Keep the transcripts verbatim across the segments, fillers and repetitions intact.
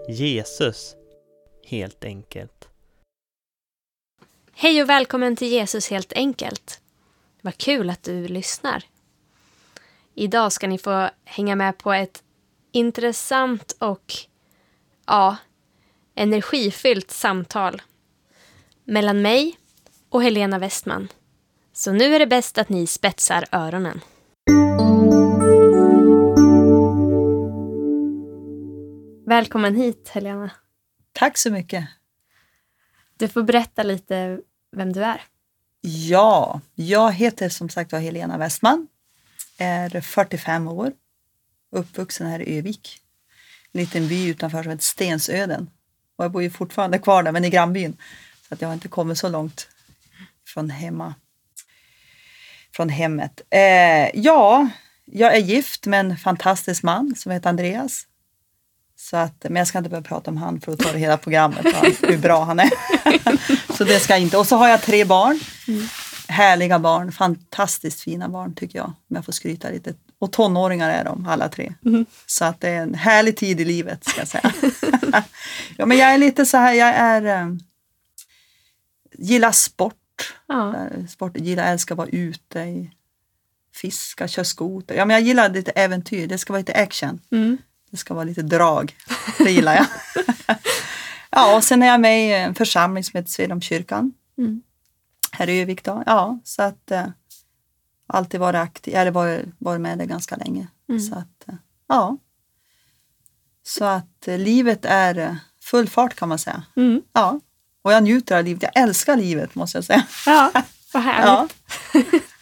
Jesus, helt enkelt. Hej och välkommen till Jesus helt enkelt. Vad kul att du lyssnar. Idag ska ni få hänga med på ett intressant och ja, energifyllt samtal mellan mig och Helena Westman. Så nu är det bäst att ni spetsar öronen. Välkommen hit, Helena. Tack så mycket. Du får berätta lite vem du är. Ja, jag heter som sagt var Helena Westman. Är fyrtiofem år. Uppvuxen här i Övik. En liten by utanför som heter Stensöden. Och jag bor ju fortfarande kvar där, men i grannbyn. Så att jag har inte kommit så långt från hemma. Från hemmet. Eh, ja, jag är gift med en fantastisk man som heter Andreas. Så att, men jag ska inte börja prata om han för att ta det hela programmet. Hur bra han är. Så det ska jag inte. Och så har jag tre barn. Mm. Härliga barn. Fantastiskt fina barn tycker jag. Om jag får skryta lite. Och tonåringar är de alla tre. Mm. Så att det är en härlig tid i livet ska jag säga. Ja, men jag är lite så här. Jag är... Äh, gillar sport. Ja. Sport. Gillar älskar att vara ute. I, fiska, köra skoter. Ja, men jag gillar lite äventyr. Det ska vara lite action. Mm. Det ska vara lite drag. Det gillar jag. Ja, och sen är jag med i en församling som heter Svedomkyrkan. Mm. Här i Övik då. Ja, så att äh, alltid varit aktiv. Jag har varit, varit med det ganska länge. Mm. Så att, äh, ja. Så att äh, livet är äh, full fart kan man säga. Mm. Ja, och jag njuter av livet. Jag älskar livet måste jag säga. Ja, vad härligt. Ja.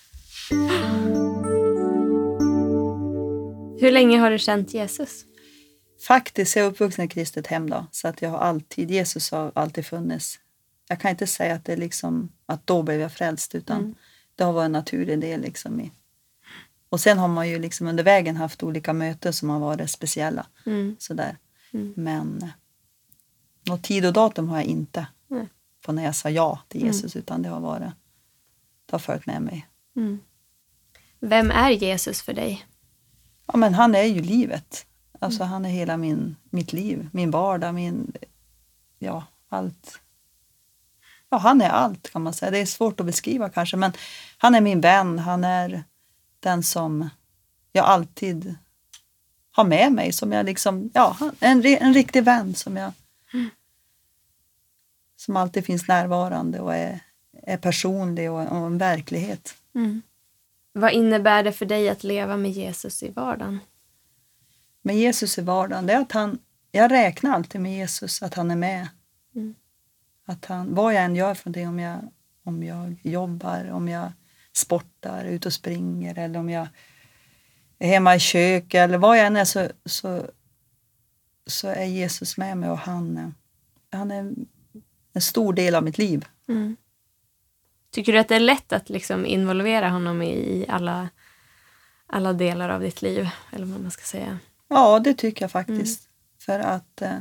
Hur länge har du känt Jesus? Faktiskt, jag är uppvuxen i kristet hem då. Så att jag har alltid, Jesus har alltid funnits. Jag kan inte säga att det är liksom, att då blev jag frälst. Utan mm. det har varit en naturlig del liksom i. Och sen har man ju liksom under vägen haft olika möten som har varit speciella. Mm. Sådär. Mm. Men något tid och datum har jag inte. Mm. På när jag sa ja till Jesus. Mm. Utan det har varit, det har följt med mig. Mm. Vem är Jesus för dig? Ja, men han är ju livet. Alltså mm. han är hela min, mitt liv. Min vardag, min... Ja, allt. Ja, han är allt kan man säga. Det är svårt att beskriva kanske. Men han är min vän. Han är den som jag alltid har med mig. Som jag liksom... Ja, en, en riktig vän som jag... Mm. Som alltid finns närvarande och är, är personlig och, och en verklighet. Mm. Vad innebär det för dig att leva med Jesus i vardagen? Med Jesus i vardagen, det är att han, jag räknar alltid med Jesus, att han är med. Mm. Att han, vad jag än gör för det, om jag, om jag jobbar, om jag sportar, ut och springer, eller om jag är hemma i kök, eller vad jag än är, så, så, så är Jesus med mig och han, han är en stor del av mitt liv. Mm. Tycker du att det är lätt att liksom involvera honom i alla, alla delar av ditt liv? Eller vad man ska säga. Ja, det tycker jag faktiskt. Mm. För att... Eh,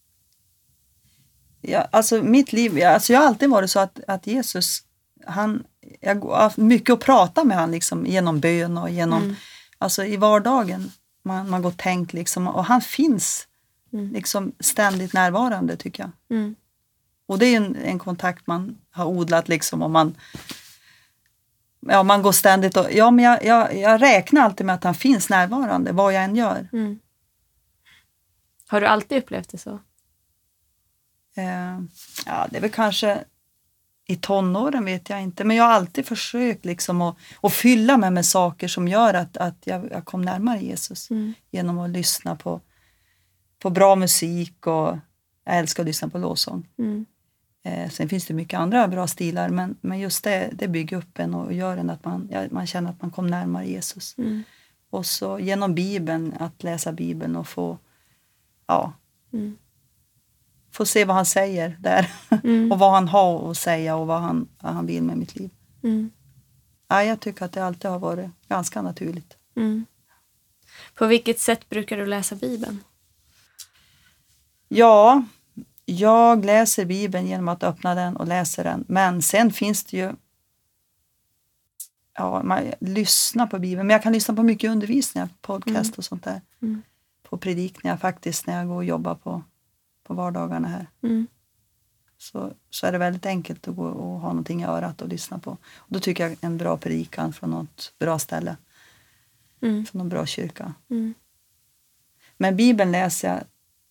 ja, alltså mitt liv... Ja, alltså jag har alltid varit så att, att Jesus... Han, jag har haft mycket att prata med han liksom, genom bön och genom... Mm. Alltså i vardagen. Man, man går tänkt liksom. Och han finns mm. liksom ständigt närvarande tycker jag. Mm. Och det är en, en kontakt man har odlat liksom och man, ja, man går ständigt och, ja men jag, jag, jag räknar alltid med att han finns närvarande, vad jag än gör. Mm. Har du alltid upplevt det så? Eh, ja, det är väl kanske i tonåren vet jag inte, men jag har alltid försökt liksom att, att fylla mig med saker som gör att, att jag, jag kom närmare Jesus. Mm. Genom att lyssna på, på bra musik och jag älskar att lyssna på lovsång. Mm. Eh, sen finns det mycket andra bra stilar. Men, men just det, det bygger upp en och gör en att man, ja, man känner att man kom närmare Jesus. Mm. Och så genom Bibeln, att läsa Bibeln och få, ja, mm. få se vad han säger där. Mm. Och vad han har att säga och vad han, vad han vill med mitt liv. Mm. Ja, jag tycker att det alltid har varit ganska naturligt. Mm. På vilket sätt brukar du läsa Bibeln? Ja, jag läser Bibeln genom att öppna den och läsa den. Men sen finns det ju... Ja, man lyssnar på Bibeln. Men jag kan lyssna på mycket undervisningar, podcast mm. och sånt där. Mm. På predikningar faktiskt när jag går och jobbar på, på vardagarna här. Mm. Så, så är det väldigt enkelt att gå och ha någonting i örat och lyssna på. Och då tycker jag en bra predikan från något bra ställe. Mm. Från någon bra kyrka. Mm. Men Bibeln läser jag.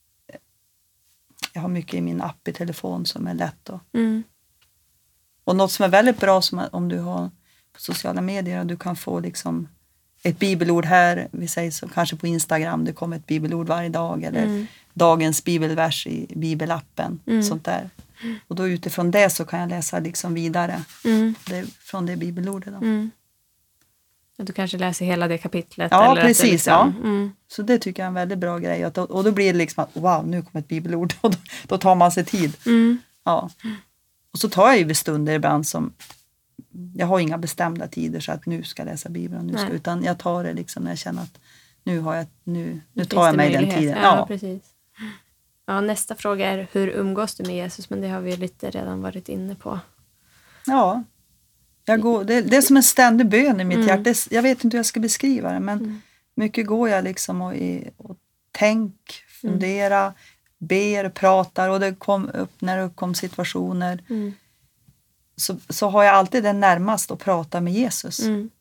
Jag har mycket i min app i telefon som är lätt. Och, Mm. och något som är väldigt bra som om du har på sociala medier och du kan få liksom ett bibelord här. Vi säger så kanske på Instagram det kommer ett bibelord varje dag. Eller Mm. dagens bibelvers i bibelappen. Mm. Sånt där. Och då utifrån det så kan jag läsa liksom vidare. Mm. Det, från det bibelordet. Då. Mm. Du kanske läser hela det kapitlet. Ja, eller precis. Liksom, ja. Mm. Så det tycker jag är en väldigt bra grej. Att, och då blir det liksom att wow, nu kommer ett bibelord. Och då, då tar man sig tid. Mm. Ja. Och så tar jag ju vid stunder ibland som jag har inga bestämda tider så att nu ska jag läsa Bibeln. Nu ska, utan jag tar det liksom när jag känner att nu, har jag, nu, nu tar jag mig den tiden. Ja, ja, precis. Ja, nästa fråga är hur umgås du med Jesus? Men det har vi lite redan varit inne på. Ja. Jag går, det, det är som en ständig bön i mitt Mm. hjärta. Det, jag vet inte hur jag ska beskriva det. Men Mm. mycket går jag liksom och, i, och tänk, fundera, mm. ber, pratar. Och det kom upp när det uppkom situationer. Mm. Så, så har jag alltid den närmast att prata med Jesus. Mm.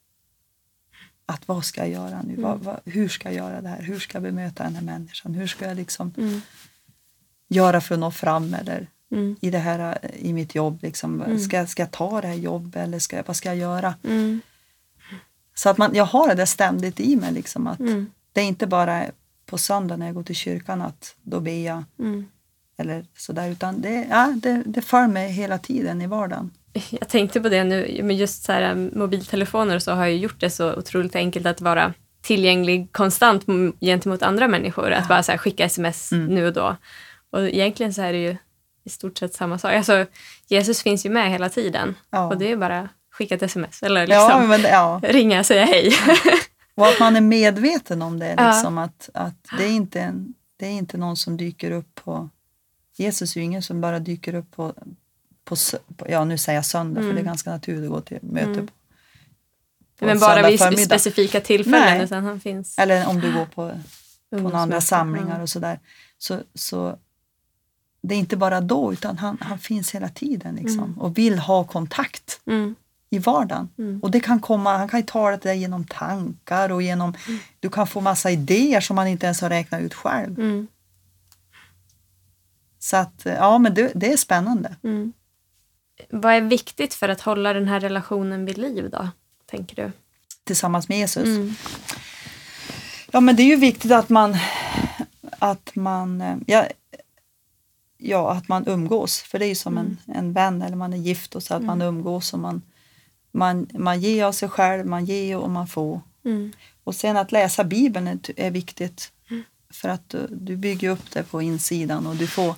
Att vad ska jag göra nu? Mm. Vad, vad, hur ska jag göra det här? Hur ska jag bemöta den här människan? Hur ska jag liksom Mm. göra för att nå fram? Eller Mm. i det här i mitt jobb liksom. Mm. Ska, ska jag ta det här jobbet? Eller ska, vad ska jag göra? Mm. Så att man, jag har det där ständigt i mig liksom. Att Mm. det är inte bara på söndag när jag går till kyrkan att då ber jag. Mm. Eller sådär. Utan det, ja, det, det för mig hela tiden i vardagen. Jag tänkte på det nu, men just så här, mobiltelefoner och så har ju gjort det så otroligt enkelt att vara tillgänglig konstant gentemot andra människor. Att bara så här, skicka sms Mm. nu och då. Och egentligen så är det ju i stort sett samma sak. Alltså, Jesus finns ju med hela tiden. Ja. Och det är bara skicka ett sms. Eller liksom Ja, men det, ja. ringa och säga hej. Och att man är medveten om det. Liksom, ja. att, att det, är inte en, det är inte någon som dyker upp på... Jesus är ju ingen som bara dyker upp på... på, på ja, nu säger jag söndag, mm. för det är ganska naturligt att gå till möte Mm. på, på Men bara vid förmiddag. specifika tillfällen. Nej. Utan han finns. Eller om du går på, på några andra Ja. samlingar och sådär. Så, så det är inte bara då, utan han, han finns hela tiden. Liksom, Mm. och vill ha kontakt Mm. i vardagen. Mm. Och det kan komma, han kan ju tala till dig genom tankar och genom, Mm. du kan få massa idéer som man inte ens har räknat ut själv. Mm. Så att, ja men det, det är spännande. Mm. Vad är viktigt för att hålla den här relationen vid liv då, tänker du? Tillsammans med Jesus. Mm. Ja men det är ju viktigt att man, att man, ja, ja att man umgås. För det är ju som Mm. en, en vän eller man är gift och så att Mm. man umgås och man, man, man ger av sig själv, man ger och man får. Mm. Och sen att läsa Bibeln är, är viktigt. Mm. För att du, du bygger upp det på insidan och du får...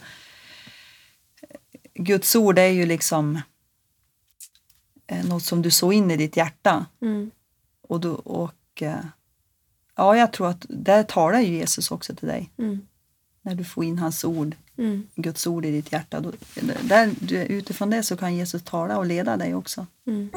Guds ord är ju liksom eh, något som du så in i ditt hjärta. Mm. Och, du, och eh, ja, jag tror att där talar ju Jesus också till dig. Mm. När du får in hans ord, Mm. Guds ord i ditt hjärta. Då, där, utifrån det så kan Jesus tala och leda dig också. Mm.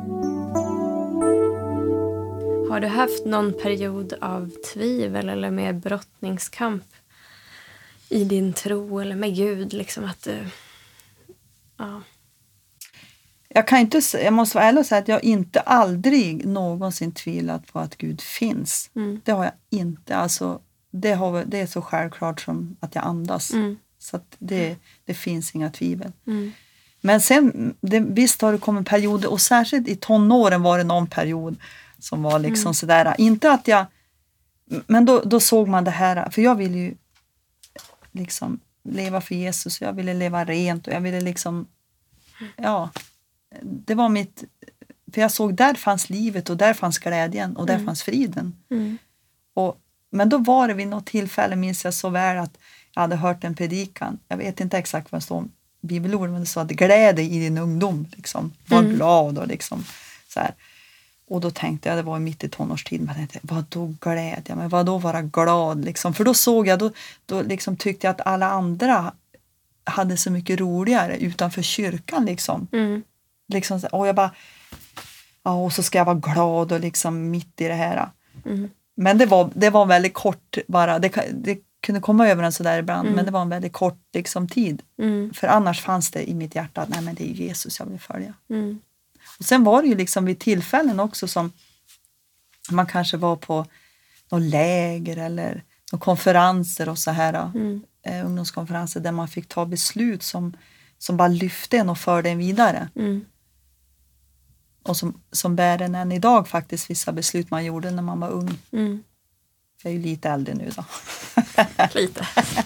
Har du haft någon period av tvivel eller mer brottningskamp i din tro eller med Gud? Liksom att du... Ja. Jag kan inte, jag måste vara ärlig och säga att jag inte aldrig någonsin tvivlat på att Gud finns. Mm. Det har jag inte. Alltså, det, har, det är så självklart som att jag andas. Mm. Så att det, det finns inga tvivel. Mm. Men sen, det, visst har det kommit perioder, och särskilt i tonåren var det någon period som var liksom Mm. sådär. Inte att jag, men då, då såg man det här, för jag ville ju liksom leva för Jesus. Jag ville leva rent och jag ville liksom, ja, det var mitt, för jag såg där fanns livet och där fanns glädjen och där Mm. fanns friden. Mm. Och, men då var det vid något tillfälle, minns jag så väl, att jag hade hört en predikan. Jag vet inte exakt vad det står i bibelord, men det sa att gläd dig i din ungdom. Liksom. Var Mm. glad och liksom så här. Och då tänkte jag, det var mitt i tonårstiden, men jag tänkte, vad då glädja mig? Vad då vara glad? Liksom? För då såg jag, då, då liksom tyckte jag att alla andra hade så mycket roligare utanför kyrkan. Liksom. Mm. Liksom, och jag bara, ja, och så ska jag vara glad och liksom mitt i det här. Mm. Men det var, det var väldigt kort bara. Det, det kunde komma över den så där ibland, Mm. men det var en väldigt kort liksom, tid. Mm. För annars fanns det i mitt hjärta att nej, men det är Jesus jag vill följa. Mm. Och sen var det ju liksom vid tillfällen också som man kanske var på någon läger eller någon konferenser och så här, Mm. eh, ungdomskonferenser där man fick ta beslut som, som bara lyfte en och förde en vidare. Mm. Och som, som bär en än idag faktiskt, vissa beslut man gjorde när man var ung. Mm. Jag är ju lite äldre nu då. Lite.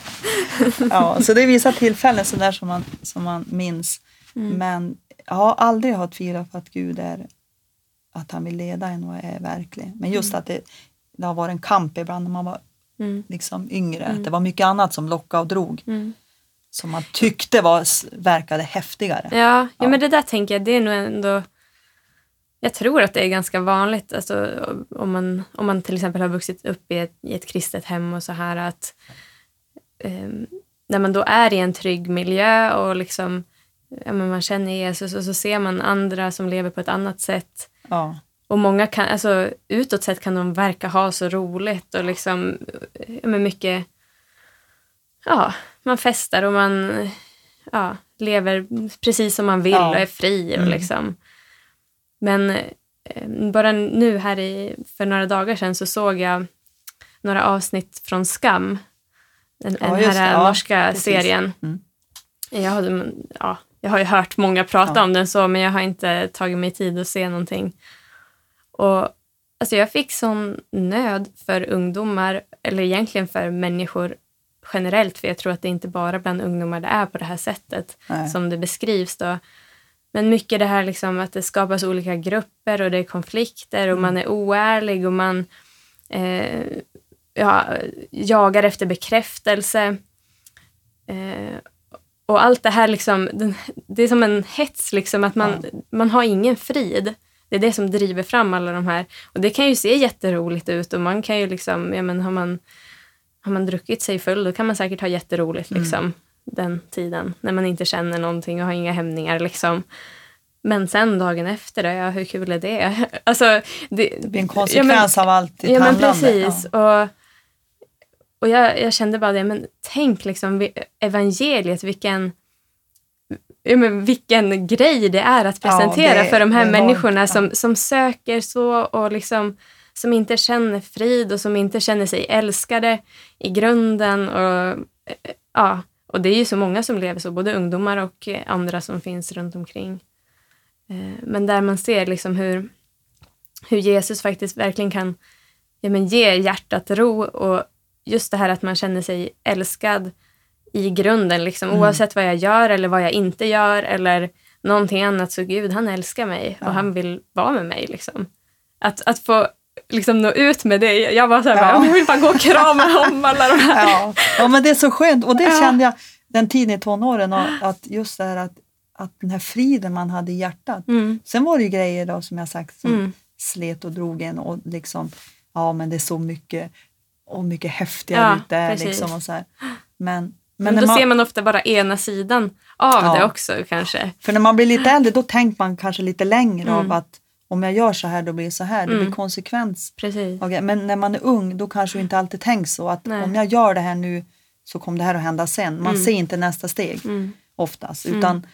Ja, så det är vissa tillfällen så där som man, som man minns. Mm. Men jag har aldrig har tvivlat på att Gud är, att han vill leda en och är verklig. Men just Mm. att det, det har varit en kamp ibland när man var Mm. liksom yngre. Mm. Att det var mycket annat som lockade och drog. Mm. Som man tyckte var, verkade häftigare. Ja, ja, Ja. men det där tänker jag, det är nog ändå... Jag tror att det är ganska vanligt, alltså, om, man, om man till exempel har vuxit upp i ett, i ett kristet hem och så här, att eh, när man då är i en trygg miljö och liksom, ja, men man känner Jesus och så ser man andra som lever på ett annat sätt. Ja. Och många kan, alltså utåt sett kan de verka ha så roligt och liksom, ja, men mycket, ja, man festar och man, ja, lever precis som man vill Ja. och är fri och Mm. liksom. Men eh, bara nu här i, för några dagar sedan så såg jag några avsnitt från Skam. Den, Ja, den just här det. Ja, norska precis. serien. Mm. Jag, hade, ja, jag har ju hört många prata Ja. om den så, men jag har inte tagit mig tid att se någonting. Och alltså jag fick sån nöd för ungdomar, eller egentligen för människor generellt, för jag tror att det inte bara bland ungdomar det är på det här sättet Nej. som det beskrivs då. Men mycket det här liksom att det skapas olika grupper och det är konflikter och Mm. man är oärlig och man eh, ja, jagar efter bekräftelse. Eh, och allt det här liksom, den, det är som en hets liksom, att man, Ja. man har ingen frid. Det är det som driver fram alla de här. Och det kan ju se jätteroligt ut och man kan ju liksom, ja men har man, har man druckit sig full då kan man säkert ha jätteroligt liksom. Mm. Den tiden, när man inte känner någonting och har inga hämningar liksom. Men sen dagen efter, då, ja, hur kul är det? Alltså, det, Det blir en konsekvens ja, men, av allt ditt ja, men handlande. precis. Ja. Och, och jag, jag kände bara det, men tänk liksom vi- evangeliet, vilken, ja, men vilken grej det är att presentera Ja, det- för de här det är människorna enormt, som, ja. som söker så och liksom som inte känner frid och som inte känner sig älskade i grunden. Och, eh, ja, och det är ju så många som lever så, både ungdomar och eh, andra som finns runt omkring. Eh, Men där man ser liksom hur, hur Jesus faktiskt verkligen kan, ja, men ge hjärtat ro och just det här att man känner sig älskad i grunden, liksom, Mm. oavsett vad jag gör eller vad jag inte gör eller någonting annat, så Gud, han älskar mig Ja. och han vill vara med mig. Liksom. Att, att få liksom, nå ut med det, jag var så här, Ja. bara, jag vill bara gå och krama om alla de här. Ja. Ja, men det är så skönt. Och det Ja. kände jag den tiden i tonåren, och att just det här att, att den här friden man hade i hjärtat. Mm. Sen var det ju grejer då, som jag sagt, som Mm. slet och drog en och liksom, ja men det är så mycket och mycket häftigare Ja, ut där precis. liksom och så här. Men, Men men då när man, ser man ofta bara ena sidan av Ja. det också kanske. för när man blir lite äldre då tänker man kanske lite längre Mm. av att om jag gör så här då blir det så här, det Mm. blir konsekvens. Precis. Okay, men när man är ung då kanske du inte alltid tänker så att Nej. om jag gör det här nu så kommer det här att hända sen. Man Mm. ser inte nästa steg Mm. oftast. Mm. Utan,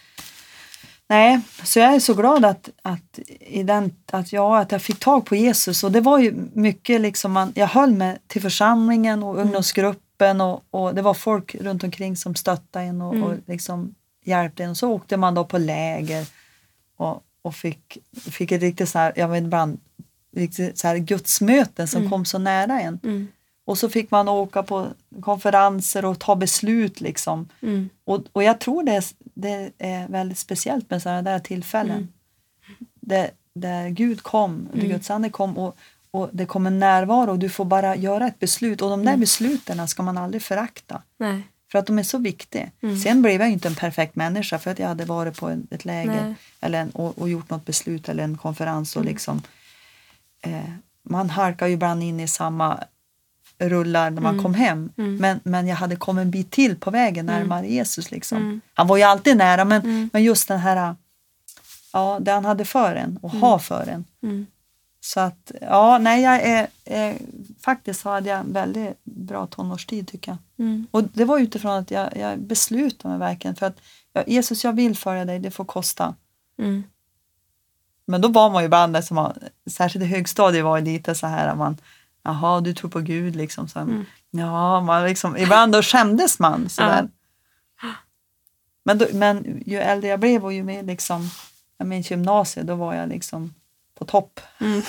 nej, så jag är så glad att, att, i den, att, ja, att jag fick tag på Jesus. Och det var ju mycket liksom, man, jag höll mig till församlingen och ungdomsgruppen och, och det var folk runt omkring som stöttade en och, Mm. och liksom hjälpte en. Och så åkte man då på läger och, och fick, fick ett riktigt så här, jag vet ibland, riktigt så här gudsmöten som Mm. kom så nära en. Mm. Och så fick man åka på konferenser och ta beslut liksom. Mm. Och, och jag tror det är, det är väldigt speciellt med sådana där tillfällen. Mm. Där, där Gud kom, där Mm. Guds ande kom och, och det kom en närvaro och du får bara göra ett beslut. Och de där Mm. besluten ska man aldrig förakta. Nej. För att de är så viktiga. Mm. Sen blev jag inte en perfekt människa för att jag hade varit på en, ett läger Nej. eller en, och, och gjort något beslut eller en konferens. Och Mm. liksom, eh, man halkar ju ibland in i samma rullar när man Mm. kom hem. Mm. Men, men jag hade kommit en bit till på vägen Mm. närmare Jesus. Liksom. Mm. Han var ju alltid nära men, Mm. men just den här, ja, det han hade för en och Mm. ha för en. Mm. Så att, ja, nej, jag är, är faktiskt hade jag en väldigt bra tonårstid tycker jag. Mm. Och det var utifrån att jag, jag beslutade mig verkligen för att ja, Jesus, jag vill följa dig, det får kosta. Mm. Men då var man ju ibland, som man, särskilt i högstadiet var det lite så här att man, jaha, du tror på Gud liksom. Så, Mm. ja, man liksom, ibland då skämdes man sådär. Ja. Men, då, men ju äldre jag blev och ju mer liksom, jag minns gymnasiet, då var jag liksom på topp. Mm.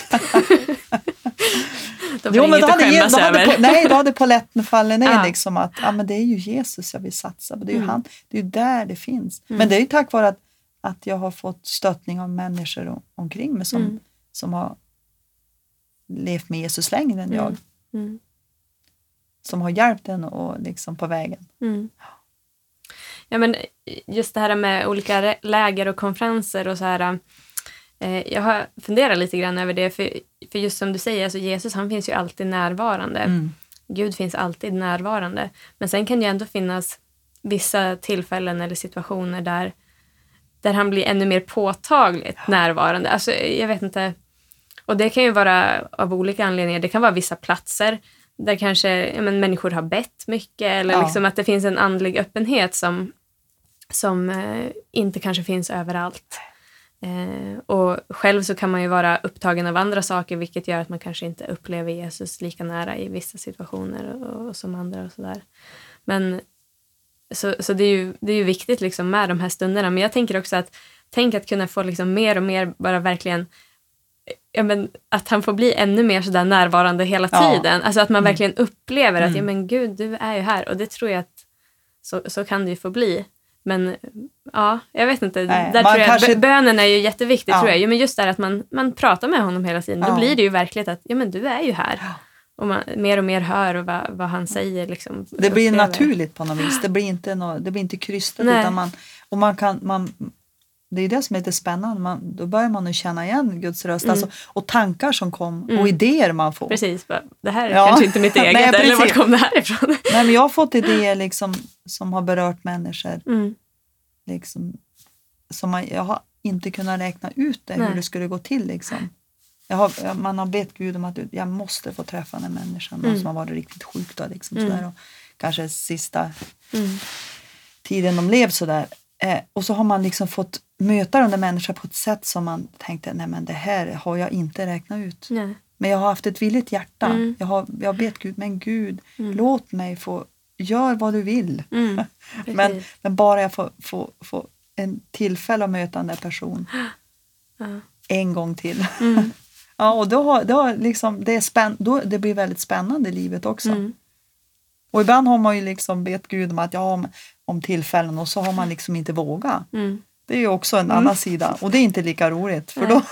Då var Jo, det men inget då att hade, skämmas då hade över. på, nej, då hade polletten fallit ner Ja. liksom att ja, men det är ju Jesus jag vill satsa på. Det är ju Mm. han, det är ju där det finns. Mm. Men det är ju tack vare att, att jag har fått stöttning av människor om, omkring mig som, Mm. som har levt med Jesus längre än jag. Mm. Som har hjälpt en och liksom på vägen. Mm. Ja, men just det här med olika rä- läger och konferenser och så här. Eh, jag har funderat lite grann över det. För, för just som du säger, alltså Jesus han finns ju alltid närvarande. Mm. Gud finns alltid närvarande. Men sen kan det ju ändå finnas vissa tillfällen eller situationer där, där han blir ännu mer påtagligt Ja. närvarande. Alltså jag vet inte. Och det kan ju vara av olika anledningar. Det kan vara vissa platser där kanske ja, men, människor har bett mycket. Eller Ja. liksom att det finns en andlig öppenhet som, som eh, inte kanske finns överallt. Eh, och själv så kan man ju vara upptagen av andra saker, vilket gör att man kanske inte upplever Jesus lika nära i vissa situationer och, och som andra och sådär. Men så, så det är ju, det är ju viktigt liksom med de här stunderna. Men jag tänker också att tänk att kunna få liksom mer och mer bara verkligen ja, men, att han får bli ännu mer sådär närvarande hela Ja. tiden. Alltså att man Mm. verkligen upplever att Mm. ja men gud, du är ju här. Och det tror jag att så, så kan det ju få bli. Men ja, jag vet inte. Nej, Där man tror jag kanske- att bönen är ju jätteviktig Ja. tror jag. Jo, men just där att man, man pratar med honom hela tiden. Då Ja. blir det ju verkligt att ja men du är ju här. Ja. Och man mer och mer hör och vad, vad han säger. Liksom, Det blir upplever. naturligt på något vis. Det blir inte, nå, det blir inte krystat. Nej. Utan man, och man kan, man, det är det som är lite spännande. Man, då börjar man att känna igen Guds röst. Mm. Alltså, och tankar som kom Mm. och idéer man får. Precis, bara, det här är Ja. kanske inte mitt eget. Nej, eller precis. vart kom det här ifrån? Nej, men jag har fått idéer liksom, som har berört människor. Mm. Liksom, som man, jag har inte kunnat räkna ut det, Nej. hur det skulle gå till. Liksom. Jag har, man har bett Gud om att jag måste få träffa den här människan. Någon Mm. som har varit riktigt sjuk. Då, liksom, Mm. sådär, och kanske sista Mm. tiden de lev sådär. Eh, och så har man liksom fått möta den där människan på ett sätt som man tänkte, nej men det här har jag inte räknat ut. Nej. Men jag har haft ett villigt hjärta. Mm. Jag har, jag har bett Gud, men Gud, Mm. låt mig få, gör vad du vill. Mm. Men, Precis. men bara jag får, får, får en tillfälle att möta den där personen Ja. en gång till. Mm. Ja, och då har, då har liksom, det, är spänn, då, det blir väldigt spännande i livet också. Mm. Och ibland har man ju liksom bett Gud om att ja, om, om tillfällen och så har man liksom inte vågat. Mm. Det är ju också en annan sida och det är inte lika roligt för då,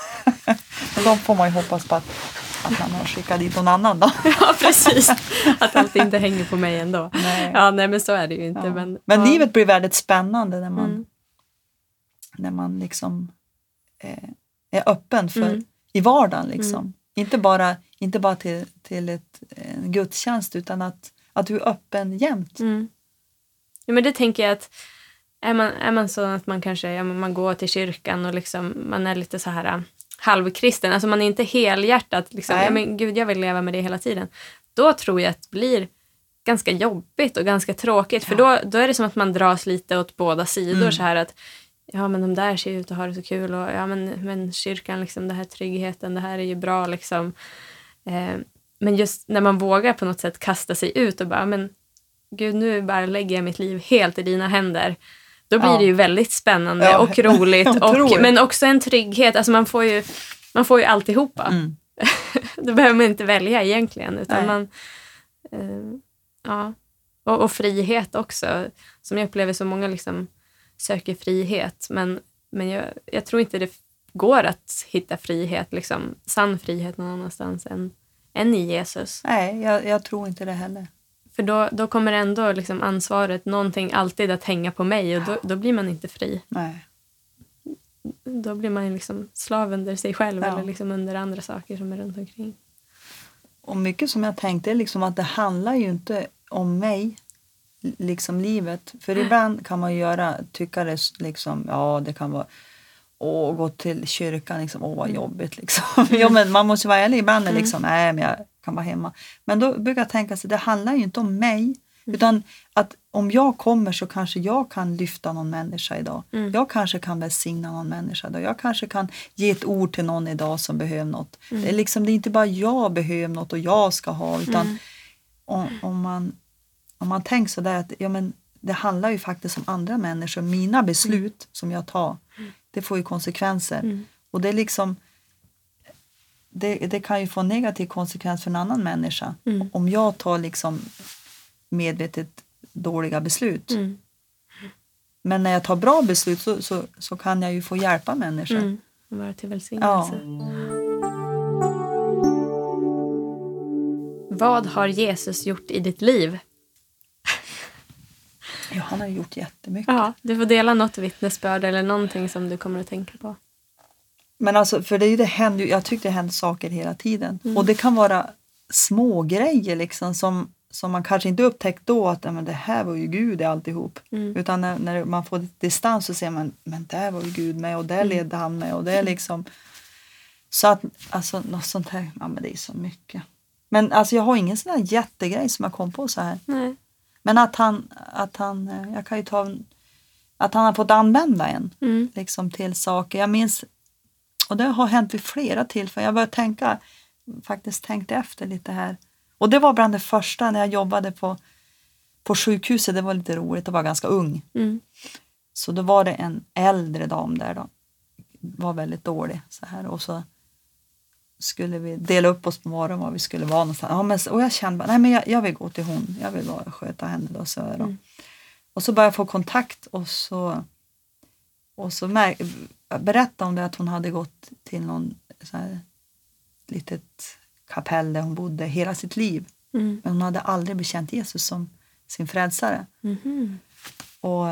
då får man ju hoppas på att, att man har skickat dit någon annan då. Ja, precis. Att allt inte hänger på mig ändå. Nej. Ja, nej, men så är det ju inte. Ja. Men, Men ja. livet blir väldigt spännande när man, Mm. när man liksom eh, är öppen för Mm. i vardagen liksom. Mm. Inte bara, inte bara till, till ett, en gudstjänst utan att, att du är öppen jämt. Mm. Ja, men det tänker jag att är man, är man så att man kanske ja, men man går till kyrkan och liksom, man är lite så här äh, halvkristen, alltså man är inte helhjärtat liksom, Nej. ja, men gud jag vill leva med det hela tiden. Då tror jag att det blir ganska jobbigt och ganska tråkigt, för då, då är det som att man dras lite åt båda sidor Mm. så här att ja men de där ser ut att ha det så kul och ja men, men kyrkan liksom, det här tryggheten, det här är ju bra liksom. Eh, men just när man vågar på något sätt kasta sig ut och bara men gud nu bara lägger jag mitt liv helt i dina händer. Då blir Ja. det ju väldigt spännande Ja. och roligt och, Otroligt. men också en trygghet, alltså man får ju man får ju alltihopa. Mm. Då behöver man inte välja egentligen utan Nej. man eh, ja och, och frihet också som jag upplever så många liksom söker frihet men, men jag, jag tror inte det går att hitta frihet liksom sann frihet någon annanstans än, än i Jesus. Nej, jag, jag tror inte det heller. För då, då kommer ändå liksom ansvaret någonting alltid att hänga på mig och då, då blir man inte fri. Nej. Då blir man ju liksom slav under sig själv Ja. eller liksom under andra saker som är runt omkring. Och mycket som jag tänkte är liksom att det handlar ju inte om mig, liksom livet. För ibland kan man ju göra, tycka det liksom, ja det kan vara, och gått till kyrkan liksom, åh vad jobbigt liksom. Ja, men man måste vara ärlig ibland mm. liksom, nej men jag kan vara hemma. Men då brukar jag tänka sig, det handlar ju inte om mig, mm. utan att om jag kommer så kanske jag kan lyfta någon människa idag. Mm. Jag kanske kan välsigna någon människa idag. Jag kanske kan ge ett ord till någon idag som behöver något. Mm. Det är liksom, det är inte bara jag behöver något och jag ska ha, utan mm. om, om man om man tänker så där att ja, men det handlar ju faktiskt om andra människor. Mina beslut mm. som jag tar, det får ju konsekvenser. Mm. Och det är liksom det, det kan ju få negativ konsekvens för en annan människa. Mm. Om jag tar liksom medvetet dåliga beslut. Mm. Men när jag tar bra beslut så, så, så kan jag ju få hjälpa människor. Mm. Och vara till välsignelse. Ja. Vad har Jesus gjort i ditt liv? Ja, han har gjort jättemycket. Ja, du får dela något vittnesbörd eller någonting som du kommer att tänka på. Men alltså, för det är ju det händer, jag tycker det händer saker hela tiden. Mm. Och det kan vara små grejer liksom som, som man kanske inte upptäckt då att men det här var ju Gud i alltihop. Mm. Utan när, när man får distans så ser man, men där var ju Gud med och där mm. ledde han med och det är liksom. Så att, alltså något sånt här, ja men det är så mycket. Men alltså jag har ingen sån här jättegrej som jag kom på så här. Nej. Men att han, att han, jag kan ju ta, att han har fått använda en mm. liksom till saker. Jag minns, och det har hänt vid flera tillfällen. Jag började tänka, faktiskt tänkte efter lite här. Och det var bland det första när jag jobbade på, på sjukhuset. Det var lite roligt, det var ganska ung. Mm. Så då var det en äldre dam där då. Var väldigt dålig så här. Och så skulle vi dela upp oss på morgonen var vi skulle vara någonstans. Ja, men, och jag kände bara, nej men jag, jag vill gå till hon. Jag vill bara sköta henne då. Så, då. Mm. Och så började jag få kontakt och så, och så mär, berättade om det att hon hade gått till någon så här, litet kapell där hon bodde hela sitt liv. Mm. Men hon hade aldrig bekänt Jesus som sin frälsare. Mm. Och,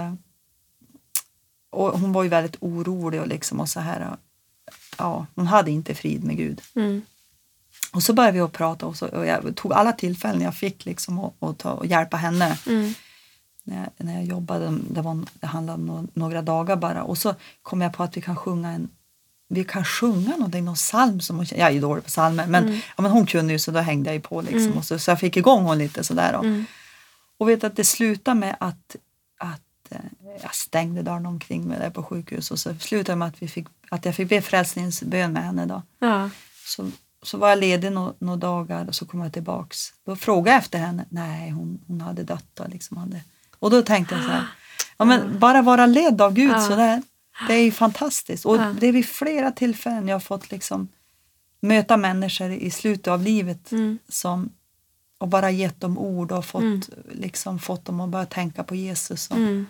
och hon var ju väldigt orolig och liksom och så här. Ja, hon hade inte frid med Gud. Mm. Och så började vi att prata och, så, och jag tog alla tillfällen jag fick liksom och, och, ta, och hjälpa henne. Mm. När, jag, när jag jobbade, det, var, det handlade om no, några dagar bara. Och så kom jag på att vi kan sjunga en, vi kan sjunga någonting, någon psalm som hon, jag är ju dålig på psalmer, men, mm. ja, men hon kunde ju så då hängde jag ju på liksom. Mm. Och så, så jag fick igång hon lite sådär då. Mm. Och vet att det slutade med att, att jag stängde dörren omkring mig där på sjukhus och så slutade med att vi fick att jag fick be frälsningsbön med henne då. Ja. Så, så var jag ledig några no, dagar och så kom jag tillbaks. Då frågade jag efter henne. Nej, hon, hon hade dött då, liksom hade. Och då tänkte jag så här. Ja, men bara vara ledd av Gud ja. Så där. Det är ju fantastiskt. Och ja. Det är vid flera tillfällen jag har fått liksom möta människor i slutet av livet mm. som och bara gett dem ord och fått mm. liksom fått dem att börja tänka på Jesus. Och, mm.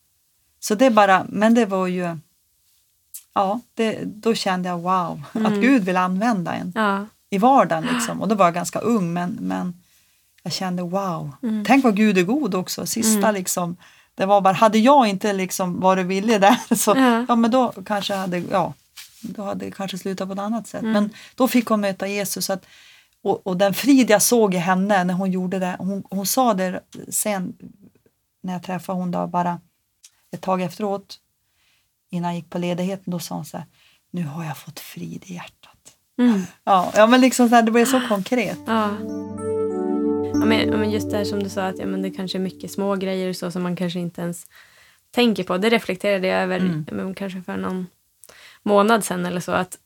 Så det bara, men det var ju ja, det, då kände jag wow, mm. att Gud vill använda en ja. I vardagen liksom. Och då var jag ganska ung, men, men jag kände wow. Mm. Tänk vad Gud är god också. Sista mm. liksom, det var bara, hade jag inte liksom varit villig där så, ja. Ja men då kanske hade, ja, då hade det kanske slutat på ett annat sätt. Mm. Men då fick hon möta Jesus att, och, och den frid jag såg i henne när hon gjorde det, hon, hon sa det sen när jag träffade hon då bara ett tag efteråt. Innan jag gick på ledigheten då sa hon så här, nu har jag fått frid i hjärtat. Mm. Ja, ja, men liksom så här, det blev så konkret. Ja. Ja, men, men just det här som du sa att ja, men det kanske är mycket små grejer så som man kanske inte ens tänker på. Det reflekterade jag över mm. men, kanske för någon månad sedan eller så. Att,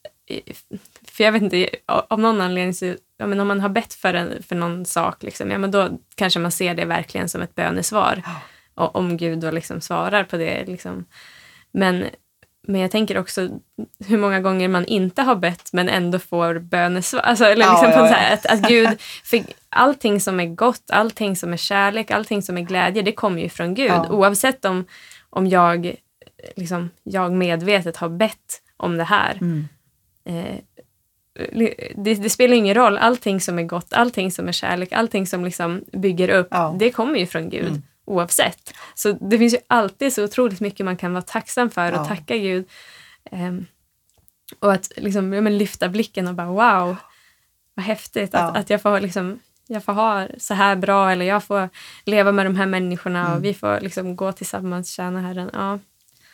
för jag vet inte, av någon anledning så, ja, men om man har bett för, en, för någon sak liksom, ja, men då kanske man ser det verkligen som ett bönesvar. Ja. Och, om Gud då liksom svarar på det liksom. Men, men jag tänker också hur många gånger man inte har bett men ändå får bönesvar. Alltså, eller liksom ja, ja, ja. Så här, att, att Gud, för allting som är gott, allting som är kärlek, allting som är glädje, det kommer ju från Gud. Ja. Oavsett om, om jag, liksom, jag medvetet har bett om det här. Mm. Eh, det, det spelar ingen roll. Allting som är gott, allting som är kärlek, allting som liksom bygger upp, ja. Det kommer ju från Gud. Mm. Oavsett. Så det finns ju alltid så otroligt mycket man kan vara tacksam för och ja. Tacka Gud. Um, och att liksom, ja, men lyfta blicken och bara wow, vad häftigt ja. att, att jag får liksom, jag får ha så här bra eller jag får leva med de här människorna mm. och vi får liksom gå tillsammans, tjäna Herren. Ja.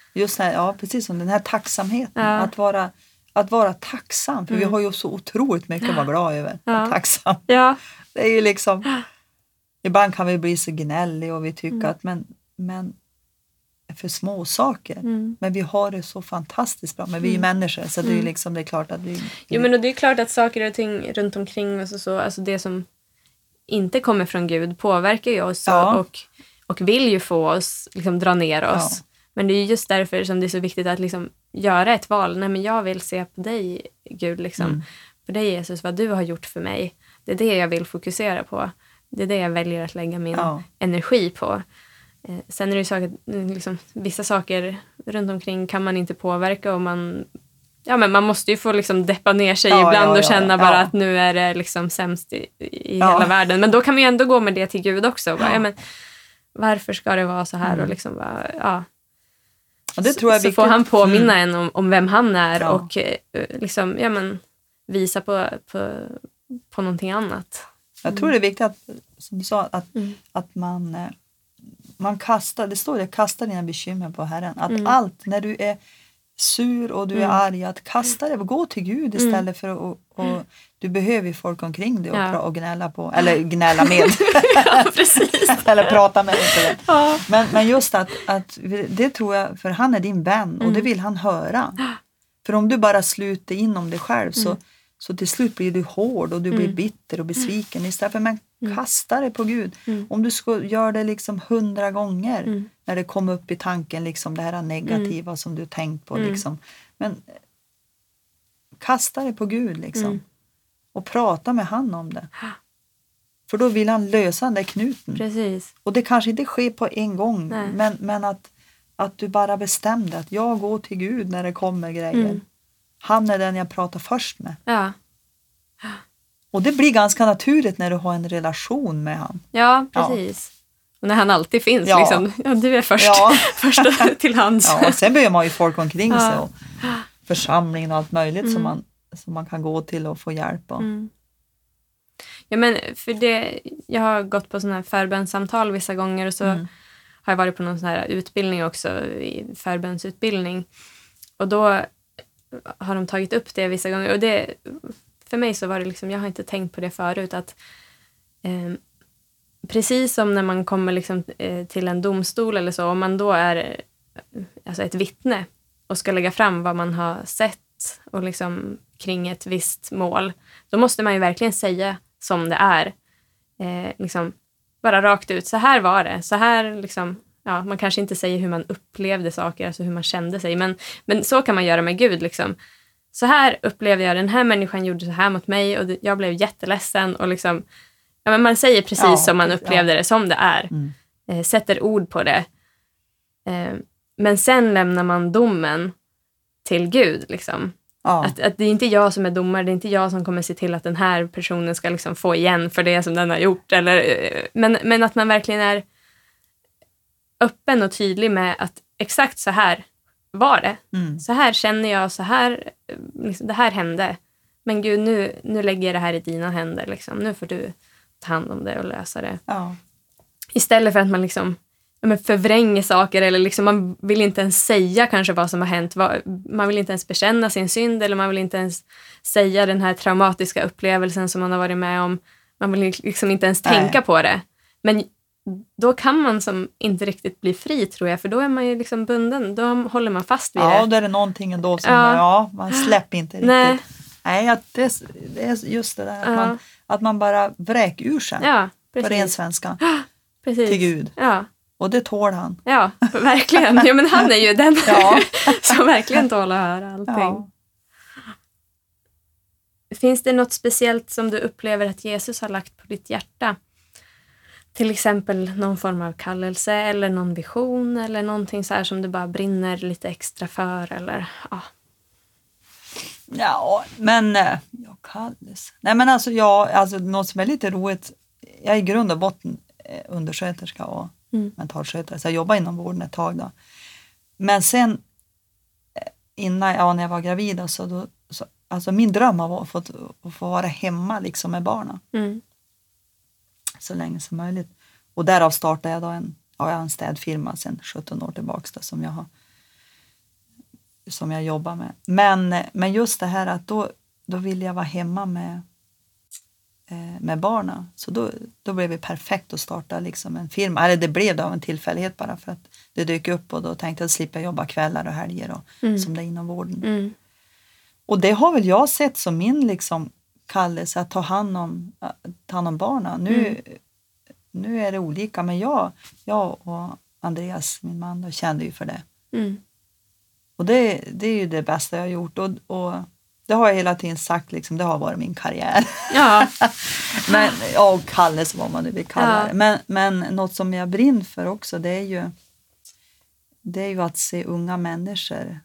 Just här, ja, precis som den här tacksamheten. Ja. Att, vara, att vara tacksam. För Mm. vi har ju så otroligt mycket att vara glad över. Ja. Och tacksam. Ja. Det är ju liksom... Ibland kan vi bli så gnälliga och vi tycker Mm. att men, men för små saker. Mm. Men vi har det så fantastiskt bra. Men vi är ju Mm. människor så det är ju Mm. liksom, det är klart att vi... Jo, men och det är klart att saker och ting runt omkring oss och så, alltså det som inte kommer från Gud påverkar ju oss Ja. och, och vill ju få oss, liksom dra ner oss. Ja. Men det är ju just därför som det är så viktigt att liksom göra ett val. Nej, men jag vill se på dig, Gud, liksom. Mm. På dig, Jesus, vad du har gjort för mig. Det är det jag vill fokusera på. Det är det jag väljer att lägga min Ja. energi på. Eh, sen är det ju saker, liksom, vissa saker runt omkring kan man inte påverka och man... Ja, men man måste ju få liksom deppa ner sig Ja, ibland ja, och ja, känna ja. bara att nu är det liksom sämst i, i Ja. hela världen. Men då kan man ju ändå gå med det till Gud också. Och bara, Ja. ja, men, varför ska det vara så här? Mm. Och liksom bara, ja. Och det tror jag är Så viktigt. får han påminna Mm. en om, om vem han är Ja. och eh, liksom, ja, men, visa på, på, på någonting annat. Jag tror det är viktigt att, som du sa, att, Mm. att man, eh, man kastar, det står det, kasta dina bekymmer på Herren. Att Mm. allt, när du är sur och du är Mm. arg, att kasta det, gå till Gud istället för att, och, och du behöver ju folk omkring dig och, Ja. pra- och gnälla på, eller gnälla med. Ja, precis. eller prata med. Inte Ja. men, men just att, att, det tror jag, för han är din vän och Mm. det vill han höra. För om du bara sluter in om dig själv så, Mm. så till slut blir du hård och du blir Mm. bitter och besviken. Istället för att Mm. kasta det på Gud. Mm. Om du ska göra det liksom hundra gånger Mm. när det kommer upp i tanken liksom det här negativa som du tänkt på. Mm. Liksom. Men eh, kasta det på Gud liksom. Mm. Och prata med han om det. För då vill han lösa den där knuten. Precis. Och det kanske inte sker på en gång. Nej. Men, men att, att du bara bestämde att jag går till Gud när det kommer grejer. Mm. Han är den jag pratar först med. Ja. Och det blir ganska naturligt när du har en relation med han. Ja, precis. Och när han alltid finns. Ja. Liksom. Ja, du är först, Ja. först till hands. Ja, och sen behöver man ju folk omkring Ja. sig och församlingen och allt möjligt Mm. som, man, som man kan gå till och få hjälp av. Mm. Ja, men för det, jag har gått på sådana här förbönssamtal vissa gånger och så Mm. har jag varit på någon sån här utbildning också, i förbönsutbildning. Och då har de tagit upp det vissa gånger. Och det, för mig så var det liksom, jag har inte tänkt på det förut, att eh, precis som när man kommer liksom, eh, till en domstol eller så, om man då är eh, alltså ett vittne och ska lägga fram vad man har sett och liksom kring ett visst mål, då måste man ju verkligen säga som det är. Eh, liksom, bara rakt ut, så här var det, så här liksom, ja, man kanske inte säger hur man upplevde saker, alltså hur man kände sig, men, men så kan man göra med Gud liksom. Så här upplevde jag, den här människan gjorde så här mot mig och det, jag blev jätteledsen och liksom, ja, men man säger precis Ja, som man ja. upplevde det, som det är. Mm. Eh, sätter ord på det. Eh, men sen lämnar man domen till Gud liksom. Ja. Att, att det är inte jag som är domare, det är inte jag som kommer se till att den här personen ska liksom få igen för det som den har gjort. Eller, eh, men, men att man verkligen är öppen och tydlig med att exakt så här var det. Mm. Så här känner jag, så här, liksom, det här hände. Men Gud, nu, nu lägger jag det här i dina händer. Liksom. Nu får du ta hand om det och lösa det. Ja. Istället för att man liksom, ja, men förvränger saker eller liksom, man vill inte ens säga kanske vad som har hänt. Man vill inte ens bekänna sin synd eller man vill inte ens säga den här traumatiska upplevelsen som man har varit med om. Man vill liksom inte ens tänka Nej. på det. Men då kan man som inte riktigt bli fri, tror jag, för då är man ju liksom bunden. Då håller man fast vid Ja, det. då är det någonting ändå som, Ja. ja, ja man släpper inte riktigt. Nej. Nej, att det, det är just det där att, Ja. man, att man bara vräker ur sig Ja, på ren precis. svenska precis. till Gud. Ja, Och det tål han. ja, verkligen. Ja, men han är ju den Ja. som verkligen tål att höra allting. Ja. Finns det något speciellt som du upplever att Jesus har lagt på ditt hjärta? Till exempel någon form av kallelse eller någon vision eller någonting så här som du bara brinner lite extra för eller ja. Ja, men eh, jag kallas. Nej, men alltså jag, alltså något som är lite roligt. Jag är i grund och botten eh, undersköterska och Mm. mentalskötare, så jag jobbade inom vården ett tag då. Men sen eh, innan, ja, när jag var gravid så då, så, alltså min dröm var att få, att få vara hemma liksom med barnen Mm. så länge som möjligt. Och därav startade jag då en, ja, jag har en städfirma sedan sjutton år tillbaka då, som jag har som jag jobbar med. Men, men just det här att då, då vill jag vara hemma med, eh, med barnen. Så då, då blev det perfekt att starta liksom en firma. Eller det blev det av en tillfällighet bara för att det dök upp och då tänkte jag att slippa jobba kvällar och helger och, Mm. som det är inom vården. Mm. Och det har väl jag sett som min liksom kallelse att ta hand om, ta hand om barnen. Nu, mm. nu är det olika, men jag, jag och Andreas, min man, då, kände ju för det. Mm. Och det, det är ju det bästa jag har gjort. Och, och det har jag hela tiden sagt, liksom, det har varit min karriär. Ja. men, ja, och kallelse vad man nu vill kalla Ja. det. Men, men något som jag brinner för också, det är ju, det är ju att se unga människor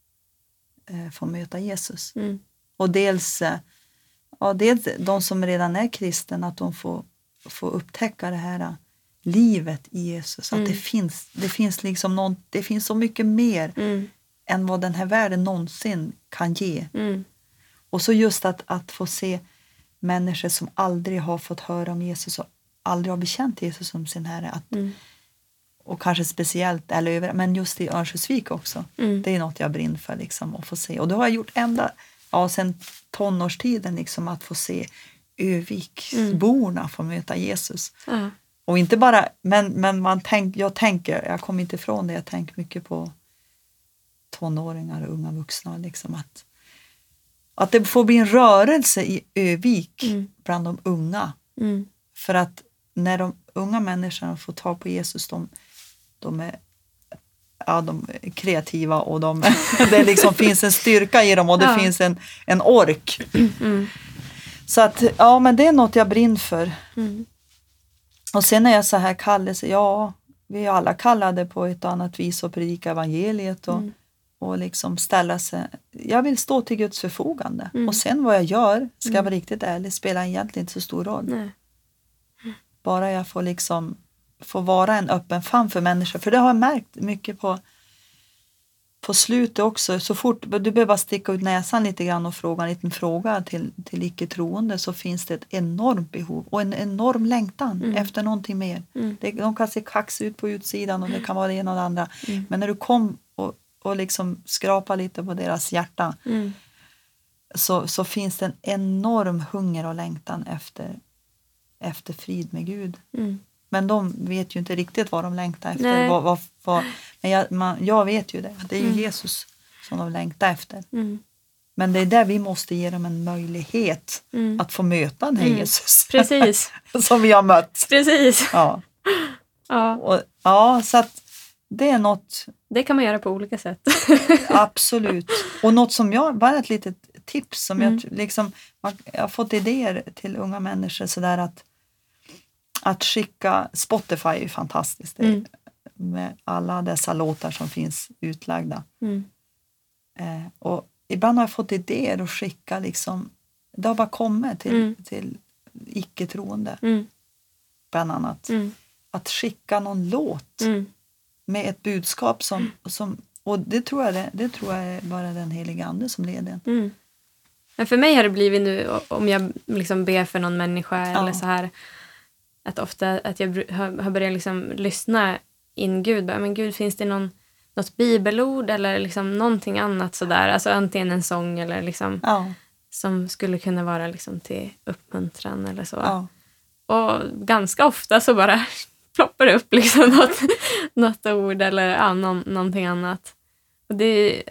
eh, få möta Jesus. Mm. Och dels, ja, dels de som redan är kristen, att de får, får upptäcka det här livet i Jesus. Att Mm. det finns, det finns liksom någon, det finns så mycket mer Mm. än vad den här världen någonsin kan ge. Mm. Och så just att, att få se människor som aldrig har fått höra om Jesus och aldrig har bekänt Jesus som sin Herre. Att, Mm. och kanske speciellt, eller över, men just i Örnsköldsvik också. Mm. Det är något jag brinner för liksom, att få se. Och det har jag gjort ända ja, sen tonårstiden liksom, att få se Öviksborna mm. få möta Jesus. Ja. Och inte bara, men, men man tänk, jag tänker, jag kommer inte ifrån det, jag tänker mycket på tonåringar och unga vuxna. Liksom, att, att det får bli en rörelse i Övik mm. bland de unga. Mm. För att när de unga människorna får ta på Jesus, de, de är ja, de är kreativa och de, det liksom finns en styrka i dem och det ja. finns en, en ork. Mm. Så att, ja men det är något jag brinner för. Mm. Och sen är jag så här kallelse, ja vi är alla kallade på ett annat vis att predika evangeliet och, mm. och liksom ställa sig, jag vill stå till Guds förfogande. Mm. Och sen vad jag gör, ska jag mm. vara riktigt ärlig, spelar egentligen inte så stor roll. Nej. Bara jag får liksom få vara en öppen famn för människor. För det har jag märkt mycket på på slutet också. Så fort du behöver bara sticka ut näsan lite grann och fråga en liten fråga till, till icke-troende, så finns det ett enormt behov och en enorm längtan mm. efter någonting mer. Mm. Det, de kan se kax ut på utsidan och det kan vara det ena och det andra. Mm. Men när du kom och, och liksom skrapar lite på deras hjärta mm. så, så finns det en enorm hunger och längtan efter, efter frid med Gud. Mm. Men de vet ju inte riktigt vad de längtar efter. Nej. Vad, vad, vad, men jag, man, jag vet ju det. Det är ju mm. Jesus som de längtar efter. Mm. Men det är där vi måste ge dem en möjlighet Mm. att få möta den här Mm. Jesus. Precis. som vi har mött. Precis. Ja. Ja. Och, ja, så att det är något, Det kan man göra på olika sätt. absolut. Och något som jag, bara ett litet tips som Mm. jag liksom, man, jag har fått idéer till unga människor sådär att att skicka, Spotify är ju fantastiskt det, Mm. med alla dessa låtar som finns utlagda. Mm. Eh, och ibland har jag fått idéer att skicka liksom, det har bara kommit till, Mm. till icke-troende Mm. bland annat. Mm. Att skicka någon låt Mm. med ett budskap som, som och det tror jag det, det tror jag är bara den heliga ande som leder en. Mm. Men för mig har det blivit nu, om jag liksom ber för någon människa Ja. eller så här, att ofta att jag br- har, har börjat liksom lyssna in Gud. Bara, men Gud, finns det någon, något bibelord eller liksom någonting annat sådär? Alltså antingen en sång eller liksom Ja, som skulle kunna vara liksom till uppmuntran eller så. ja, Och ganska ofta så bara ploppar det upp liksom något, något ord eller ja, någon, någonting annat. Och det är,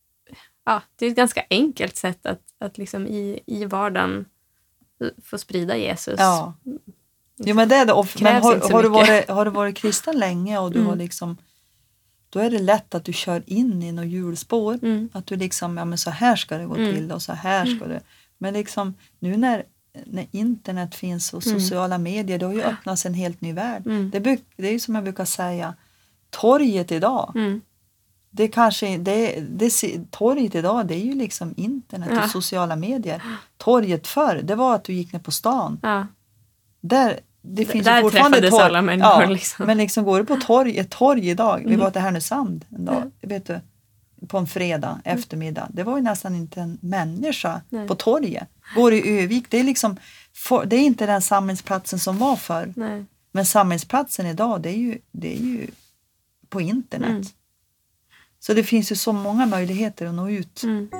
ja, det är ett ganska enkelt sätt att, att liksom i, i vardagen få sprida Jesus. ja. Jo, men det är det. Och, men Krävs har, inte så har, du mycket. varit, har du varit kristen länge och du Mm. har liksom, då är det lätt att du kör in i något hjulspår. Mm. Att du liksom, ja men så här ska det gå Mm. till och så här ska det. Men liksom nu när, när internet finns och Mm. sociala medier, det har ju öppnats en helt ny värld. Mm. Det, bygg, det är ju som jag brukar säga, torget idag, Mm. det kanske, det, det, torget idag det är ju liksom internet Ja. och sociala medier. Torget förr, det var att du gick ner på stan. Ja. Där, det finns Där ju fortfarande träffades torg. alla människor, Ja, liksom. men liksom går du på torg, ett torg idag, vi Mm. var till Härnösand en dag, vet du, på en fredag eftermiddag, det var ju nästan inte en människa Nej. på torget. Går i Övik, det är liksom, for, det är inte den samhällsplatsen som var förr, Nej. men samhällsplatsen idag, det är ju, det är ju på internet. Mm. Så det finns ju så många möjligheter att nå ut. Mm.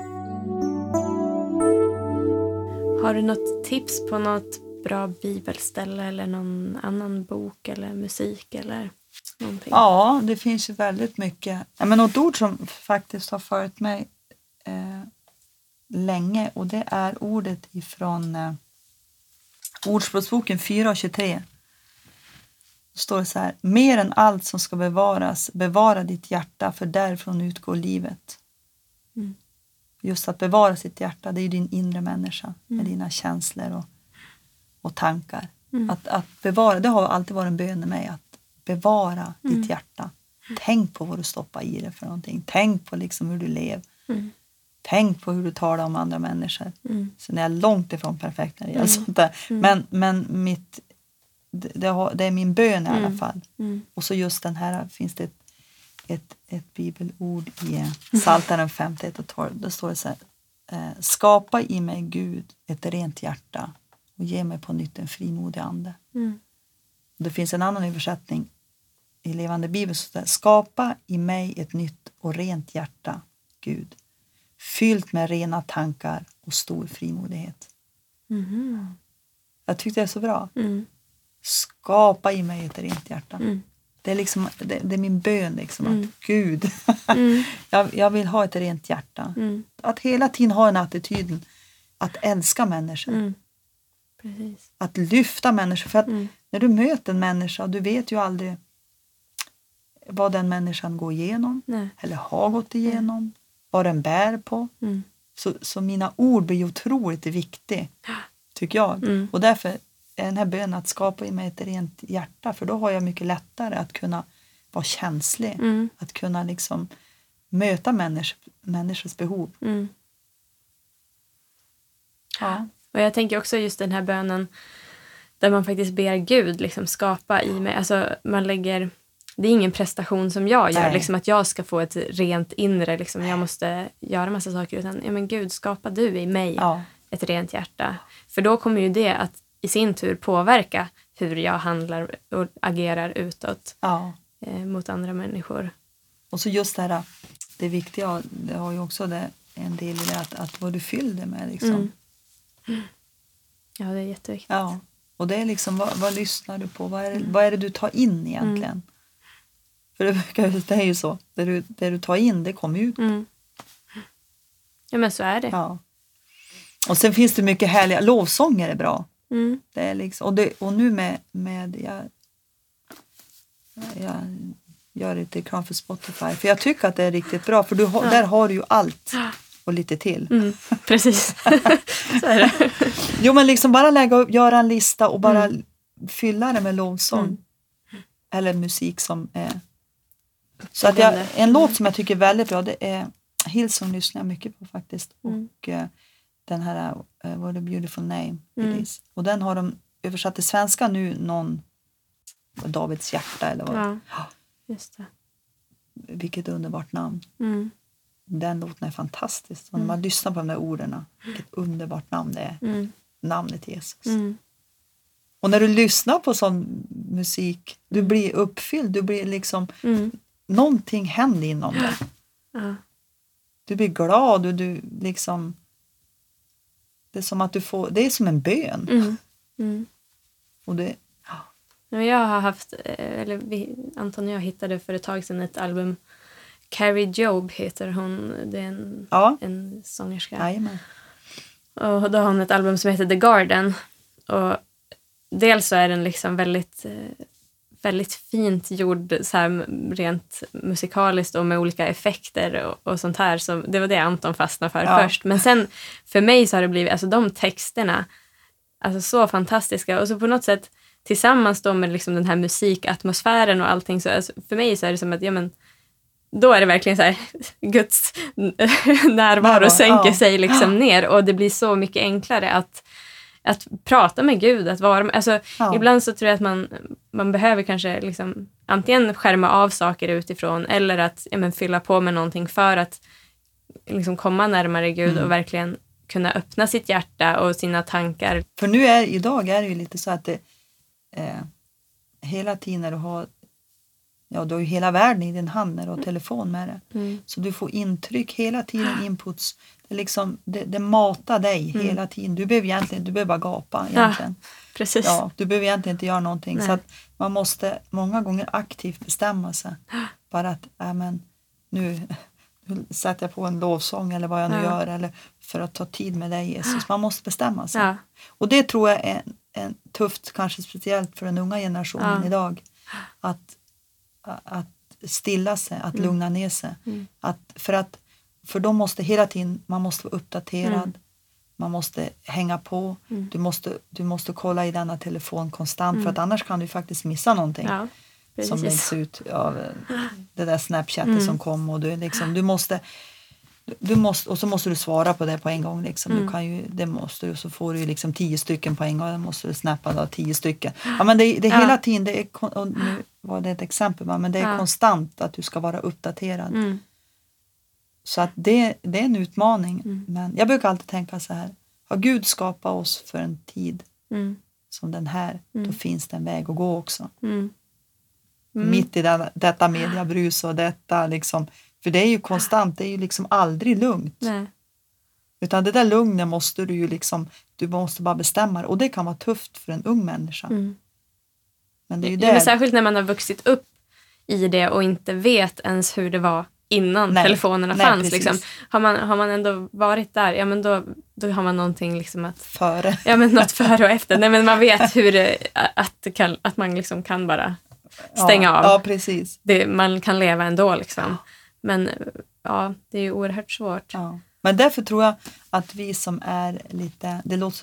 Har du något tips på något bra bibelställe eller någon annan bok eller musik eller någonting? Ja, det finns ju väldigt mycket. Ja, men något ord som faktiskt har följt mig eh, länge, och det är ordet ifrån eh, Ordspråksboken fyra och tjugotre. Det står så här: mer än allt som ska bevaras, bevara ditt hjärta, för därifrån utgår livet. Mm. Just att bevara sitt hjärta, det är ju din inre människa, Mm. med dina känslor och, och tankar. Mm. Att, att bevara, det har alltid varit en bön i mig, att bevara Mm. ditt hjärta. Tänk på vad du stoppar i det för någonting. Tänk på liksom hur du lever. Mm. Tänk på hur du talar om andra människor. Mm. Sen är jag långt ifrån perfekt när det gäller Mm. sånt där. Mm. Men, men mitt, det, det, har, det är min bön i alla Mm. fall. Mm. Och så just den här, finns det ett, ett, ett bibelord i Psaltaren femtioett och tolv. Då står det så här: eh, skapa i mig, Gud, ett rent hjärta och ge mig på nytt en frimodig ande. Mm. Det finns en annan översättning i Levande Bibeln som säger: skapa i mig ett nytt och rent hjärta, Gud, fyllt med rena tankar och stor frimodighet. Mm. Jag tyckte det är så bra. Mm. Skapa i mig ett rent hjärta. Mm. Det är liksom, det, det är min bön liksom, Mm. att Gud, Mm. jag, jag vill ha ett rent hjärta. Mm. Att hela tiden ha en attityden att älska människor. Mm. Precis. Att lyfta människor. För att Mm. när du möter en människa, du vet ju aldrig vad den människan går igenom. Nej. Eller har gått igenom. Vad den bär på. Mm. Så, så mina ord blir otroligt viktiga, tycker jag. Mm. Och därför är den här bönen att skapa i mig ett rent hjärta. För då har jag mycket lättare att kunna vara känslig. Mm. Att kunna liksom möta människor, människors behov. Mm. Ja. Och jag tänker också just den här bönen där man faktiskt ber Gud liksom skapa i mig. Alltså man lägger, det är ingen prestation som jag gör, Nej. liksom att jag ska få ett rent inre, liksom jag måste göra massa saker, utan ja men Gud, skapa du i mig Ja. ett rent hjärta. För då kommer ju det att i sin tur påverka hur jag handlar och agerar utåt Ja. eh, mot andra människor. Och så just det här, det viktiga, det har ju också det, en del i det, att, att vad du fyllde med liksom. Mm. Ja, det är jätteviktigt. Ja. Och det är liksom, vad, vad lyssnar du på? Vad är, det, vad är det du tar in egentligen? Mm. För det, brukar, det är ju så, det du, det du tar in, det kommer ut. Mm. Ja, men så är det. Ja. Och sen finns det mycket härliga, lovsånger är bra. Mm. Det är liksom, och, det, och nu med, med jag, jag gör lite reklam för Spotify. För jag tycker att det är riktigt bra. För du har, Ja. där har du ju allt och lite till. Mm. Precis. Så är det. Jo, men liksom bara lägga upp, göra en lista och bara Mm. fylla det med lovsång. Mm. Eller musik som är... Så att jag, en låt som jag tycker är väldigt bra, det är Hillsong, lyssnar jag mycket på faktiskt. Mm. Och eh, den här uh, What a beautiful name Mm. it is. Och den har de översatt till svenska nu, någon Davids hjärta eller vad. Ja, just det. Vilket underbart namn. Mm. Den låten är fantastisk. Och när Mm. man lyssnar på de där orden, vilket underbart namn det är. Mm. Namnet Jesus. Mm. Och när du lyssnar på sån musik, du blir uppfylld, du blir liksom, Mm. någonting händer inom dig. Ja. Du blir glad och du liksom, det är som att du får, det är som en bön. Mm. Mm. Och det, Ja, jag har haft, eh, eller vi, Anton och jag hittade för ett tag sedan ett album. Carrie Job heter hon, det är en, ja, en sångerska. jajamän. Och då har hon ett album som heter The Garden. Och dels så är den liksom väldigt, eh, väldigt fint gjord så här, rent musikaliskt och med olika effekter och, och sånt här. Så det var det Anton fastnade för Ja. först. Men sen för mig så har det blivit, alltså de texterna, alltså så fantastiska. Och så på något sätt tillsammans då med liksom den här musikatmosfären och allting, så alltså, för mig så är det som att, ja men, då är det verkligen så här, Guds närvaro Närvaro, sänker ja. sig liksom ner, och det blir så mycket enklare att, att prata med Gud, att vara, alltså Ja. ibland så tror jag att man, man behöver kanske liksom antingen skärma av saker utifrån eller att ja, men, fylla på med någonting för att liksom komma närmare Gud Mm. och verkligen kunna öppna sitt hjärta och sina tankar. För nu är, idag är det ju lite så att det, eh, hela tiden när du har ja, du har ju hela världen i din hand när du har telefon med det. Mm. Så du får intryck hela tiden, inputs. Det, liksom, det, det matar dig Mm. hela tiden. Du behöver egentligen, du behöver bara gapa egentligen. Ja, precis. Ja, du behöver egentligen inte göra någonting. Nej. Så att man måste många gånger aktivt bestämma sig. Bara att, äh, men, nu, nu sätter jag på en lovsång eller vad jag nu Ja. gör. Eller för att ta tid med dig, Jesus. Man måste bestämma sig. Ja. Och det tror jag är en, en tufft, kanske speciellt för den unga generationen Ja. idag. Att, att stilla sig, att Mm. lugna ner sig. Mm. Att, för att för de måste hela tiden, man måste vara uppdaterad. Mm. Man måste hänga på. Mm. Du, måste, du måste kolla i denna telefon konstant. Mm. För att annars kan du faktiskt missa någonting. Ja, Som läggs precis. ut av eh, det där Snapchatet Mm. som kom. Och du, liksom, du måste, du måste, och så måste du svara på det på en gång. Liksom. Mm. Du kan ju, det måste du, så får du ju liksom tio stycken på en gång. Då måste du snappa då, tio stycken. Ja, men det, det är Ja. hela tiden, det är, kon- och nu var det ett exempel, va, men det är Ja. konstant att du ska vara uppdaterad. Mm. Så att det, det är en utmaning. Mm. Men jag brukar alltid tänka så här. Har Gud skapat oss för en tid Mm. som den här, Mm. då finns det en väg att gå också. Mm. Mm. Mitt i denna, detta mediabrus och detta liksom. För det är ju konstant, det är ju liksom aldrig lugnt. Nej. Utan det där lugnet måste du ju liksom, du måste bara bestämma det. Och det kan vara tufft för en ung människa. Mm. Men det är ju Ja, men där. särskilt när man har vuxit upp i det och inte vet ens hur det var innan Nej. telefonerna Nej, fanns. precis. Liksom. Har, man, har man ändå varit där, ja men då, då har man någonting liksom att, Före. ja men något före och efter. Nej men man vet hur det, att, det kan, att man liksom kan bara stänga ja, av. Ja, precis. Det, man kan leva ändå liksom. Men ja, det är ju oerhört svårt. Ja. Men därför tror jag att vi som är lite, det låter så,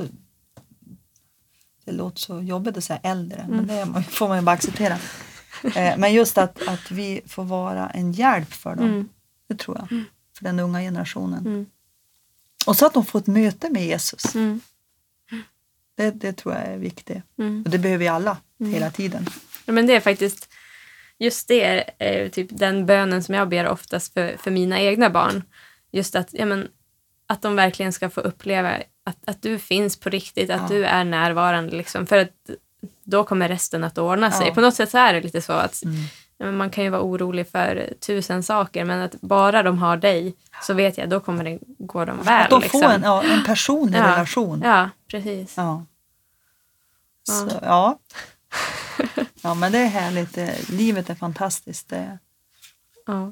det låter så jobbigt att säga äldre, Mm. men det är man- får man ju bara acceptera. Eh, men just att, att vi får vara en hjälp för dem, Mm. det tror jag, för den unga generationen. Mm. Och så att de får ett möte med Jesus, Mm. det, det tror jag är viktigt. Mm. Och det behöver vi alla, Mm. hela tiden. Ja, men det är faktiskt, just det är, är typ den bönen som jag ber oftast för, för mina egna barn. Just att, ja, men, att de verkligen ska få uppleva att, att du finns på riktigt, att Ja. du är närvarande. Liksom, för att då kommer resten att ordna sig. Ja. På något sätt så är det lite så att Mm. ja, men man kan ju vara orolig för tusen saker, men att bara de har dig så vet jag, då kommer det gå dem väl. Att de liksom. får en, ja, en personlig Ja. relation. Ja, precis. Ja. Ja. Så, ja. Ja, men det är härligt. Det- Livet är fantastiskt. Det, Ja.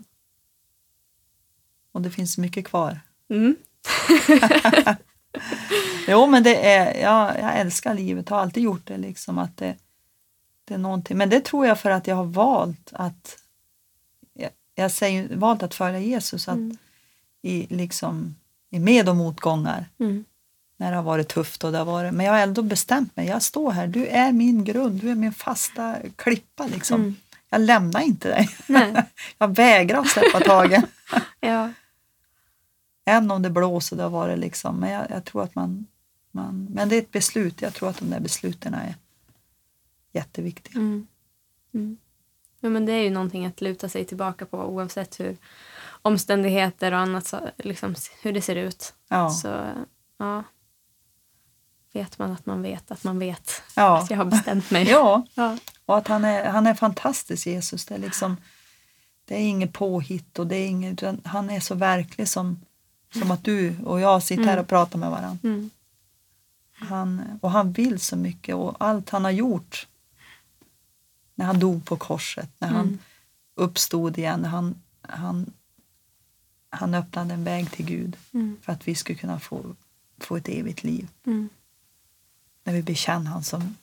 och det finns mycket kvar. Mm. Jo, men det är, ja, jag älskar livet. Har alltid gjort det. Liksom, att det, det är någonting. Men det tror jag för att jag har valt att jag, jag säger valt att följa Jesus. Att Mm. i, liksom, i med- och motgångar. Mm. När det har varit tufft. Och det har varit, men jag har ändå bestämt mig. Jag står här. Du är min grund. Du är min fasta klippa. Liksom. Mm. Jag lämnar inte dig. Nej. Jag vägrar att släppa taget. Ja. Än om det blåser, det har varit liksom. Men jag, jag tror att man, man... Men det är ett beslut. Jag tror att de där besluten är jätteviktiga. Mm. Mm. Ja, men det är ju någonting att luta sig tillbaka på oavsett hur omständigheter och annat, så, liksom, hur det ser ut. Ja. Så ja, vet man att man vet att man vet Ja. att jag har bestämt mig. Ja, Ja. och att han är, han är fantastisk, Jesus. Det är liksom... Det är inget påhitt och det är inget... utan han är så verklig som, som att du och jag sitter här och pratar med varandra. Mm. Han, och han vill så mycket och allt han har gjort när han dog på korset, när han Mm. uppstod igen, när han, han, han öppnade en väg till Gud Mm. för att vi skulle kunna få, få ett evigt liv. Mm. När vi bekänner han som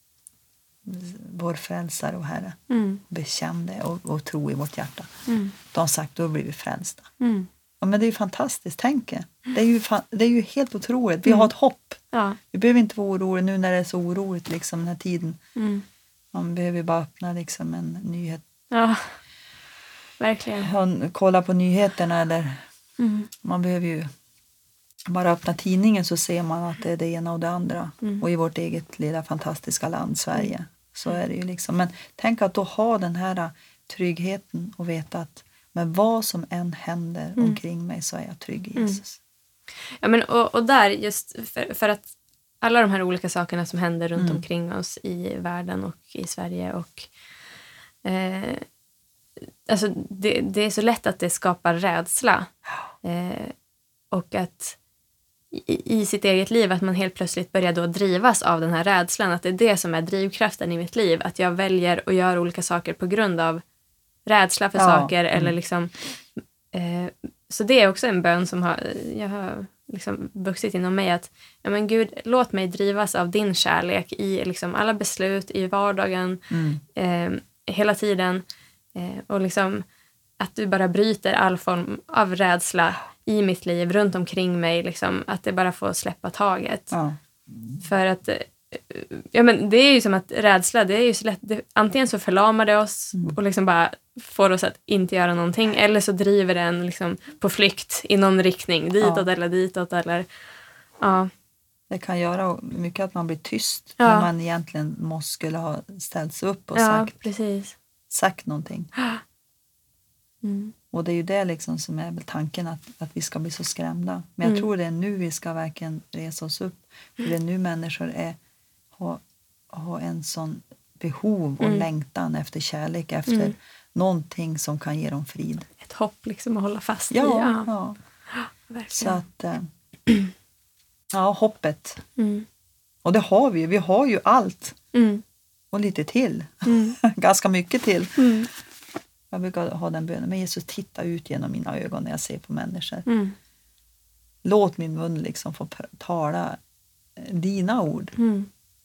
vår frälsare och Herre. Mm. Bekände och, och tro i vårt hjärta. Mm. De har sagt, då blir vi frälsta. Mm. Ja, men det är ju fantastiskt, tänk er. Det är ju, fan, det är ju helt otroligt. Vi Mm. har ett hopp. Ja. Vi behöver inte vara oroliga nu när det är så oroligt liksom, den här tiden. Mm. Man behöver bara öppna liksom, en nyhet. Ja, verkligen. Och kolla på nyheterna eller Mm. man behöver ju bara öppna tidningen så ser man att det är det ena och det andra. Mm. Och i vårt eget lilla fantastiska land Sverige så är det ju liksom. Men tänk att då ha den här tryggheten och veta att men vad som än händer Mm. omkring mig så är jag trygg i Jesus. Ja, men, och, och där just för, för att alla de här olika sakerna som händer runt Mm. omkring oss i världen och i Sverige och eh, alltså det, det är så lätt att det skapar rädsla. Eh, och att i, i sitt eget liv att man helt plötsligt börjar då drivas av den här rädslan. Att det är det som är drivkraften i mitt liv. Att jag väljer att göra olika saker på grund av rädsla för Ja. saker. Mm. Eller liksom, eh, så det är också en bön som har, jag har liksom vuxit inom mig. Att ja, men Gud, låt mig drivas av din kärlek i liksom alla beslut, i vardagen, Mm. eh, hela tiden. Eh, och liksom att du bara bryter all form av rädsla i mitt liv, runt omkring mig. Liksom, att det bara får släppa taget. Ja. För att eh, ja, men det är ju som att rädsla, det är ju så lätt, det, antingen så förlamar det oss Mm. och liksom bara får oss att inte göra någonting, eller så driver den liksom på flykt i någon riktning, ditåt Ja. eller ditåt eller ja. Det kan göra mycket att man blir tyst. Ja. När man egentligen måste skulle ha ställts upp och Ja, sagt, precis. sagt någonting. Mm. Och det är ju det liksom som är väl tanken, att, att vi ska bli så skrämda. Men jag Mm. tror det är nu vi ska verkligen resa oss upp. För det är nu människor är, har, har en sån behov och Mm. längtan efter kärlek. Efter Mm. någonting som kan ge dem frid. Ett hopp liksom att hålla fast Ja, i. Ja, ja. Så verkligen. att, eh, ja, hoppet. Mm. Och det har vi ju. Vi har ju allt. Mm. Och lite till. Mm. Ganska mycket till. Mm. Jag brukar ha den bönen. Men Jesus, titta ut genom mina ögon när jag ser på människor. Mm. Låt min mun liksom få pr- tala eh, dina ord. Mm.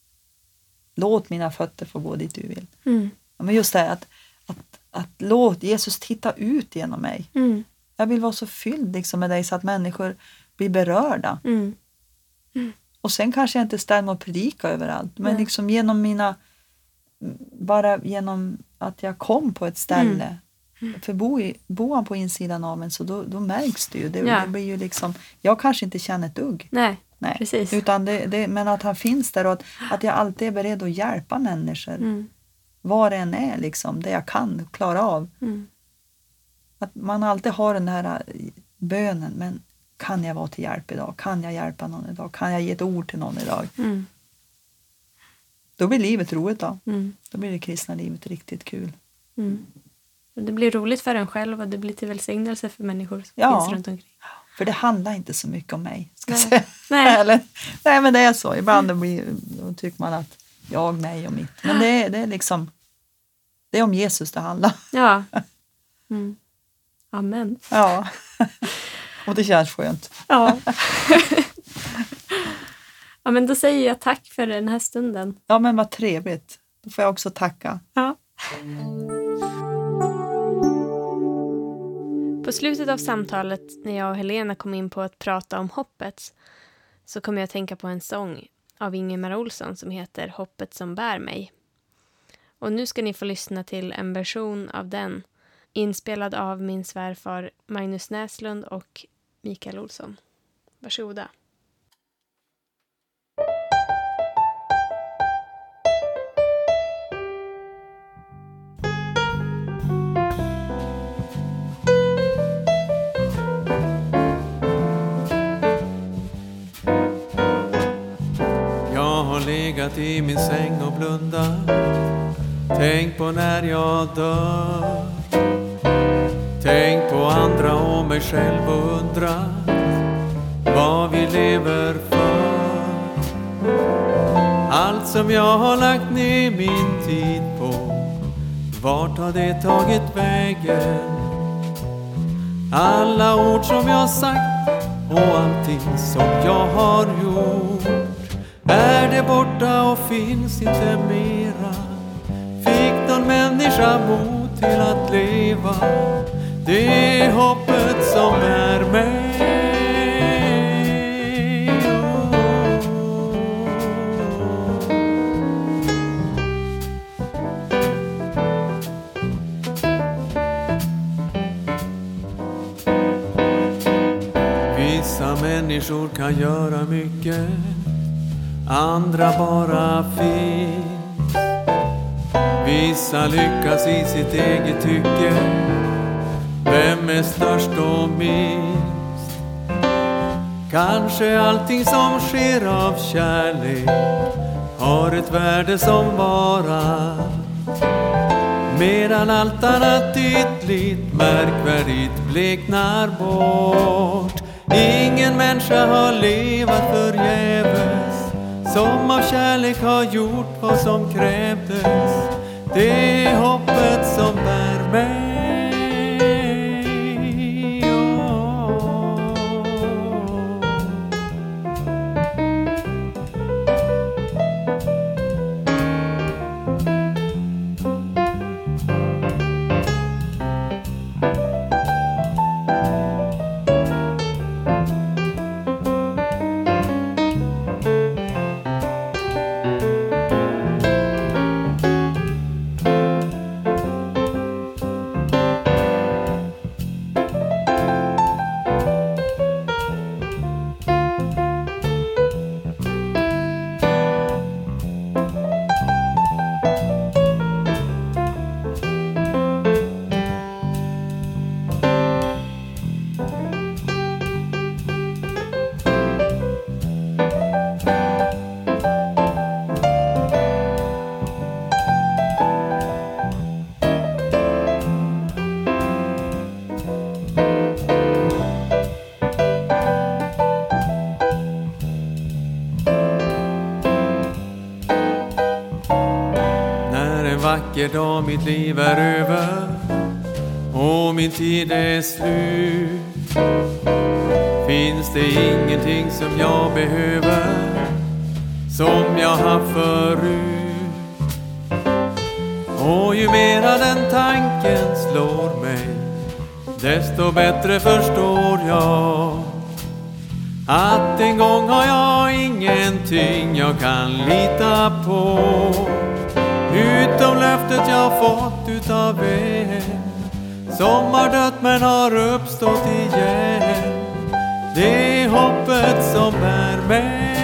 Låt mina fötter få gå dit du vill. Mm. Ja, men just det här att, att, att låt Jesus titta ut genom mig. Mm. Jag vill vara så fylld liksom med dig så att människor blir berörda. Mm. Och sen kanske jag inte ställer mig och predika överallt. Men Nej. liksom genom mina... Bara genom att jag kom på ett ställe. Mm. För bor, i, bor han på insidan av en så då, då märks det ju. Det, Ja. det blir ju liksom... Jag kanske inte känner ett dugg. Nej, Nej. precis. Utan det, det, men att han finns där och att, att jag alltid är beredd att hjälpa människor. Mm. Var det än är liksom. Det jag kan klara av. Mm. Att man alltid har den här bönen. Men kan jag vara till hjälp idag? Kan jag hjälpa någon idag? Kan jag ge ett ord till någon idag? Mm. Då blir livet roligt då. Mm. Då blir det kristna livet riktigt kul. Mm. Och det blir roligt för en själv och det blir till välsignelse för människor som Ja. finns runt omkring. För det handlar inte så mycket om mig. Ska jag Nej. säga. Nej. Eller, nej men det är så. Ibland då blir, då tycker man att jag, mig och mitt. Men det är, det är liksom det är om Jesus det handlar. Ja. Mm. Amen. Ja. Och det känns skönt. Ja. Ja, men då säger jag tack för den här stunden. Ja men vad trevligt. Då får jag också tacka. Ja. På slutet av samtalet när jag och Helena kom in på att prata om hoppet så kom jag att tänka på en sång av Ingemar Olsson som heter Hoppet som bär mig. Och nu ska ni få lyssna till en version av den inspelad av min svärfar Magnus Näslund och Mikael Olsson. Varsågoda. Jag har legat i min säng och blundat. Tänk på när jag dör. Tänk på andra och mig själv och undrat vad vi lever för. Allt som jag har lagt ner min tid på, vart har det tagit vägen? Alla ord som jag sagt och allting som jag har gjort, är det borta och finns inte mera? Fick någon människa mod till att leva? Det är hoppet som är mig. Vissa människor kan göra mycket, andra bara finns. Vissa lyckas i sitt eget tycke. Vem är störst och minst? Kanske allting som sker av kärlek har ett värde som varar. medan allt annat ytligt märkvärdigt bleknar bort. Ingen människa har levat förgäves, som av kärlek har gjort vad som krävdes. Det är hoppet som bär mig. Vacker dag mitt liv är över och min tid är slut, finns det ingenting som jag behöver som jag haft förut. Och ju mera den tanken slår mig, desto bättre förstår jag att en gång har jag ingenting jag kan lita på, utom löftet jag fått utav er, som har dött men har uppstått igen. Det är hoppet som bär mig.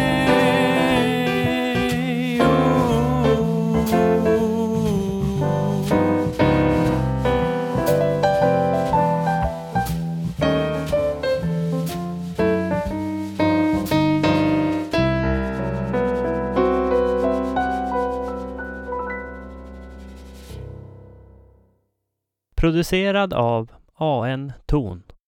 Producerad av A N Ton.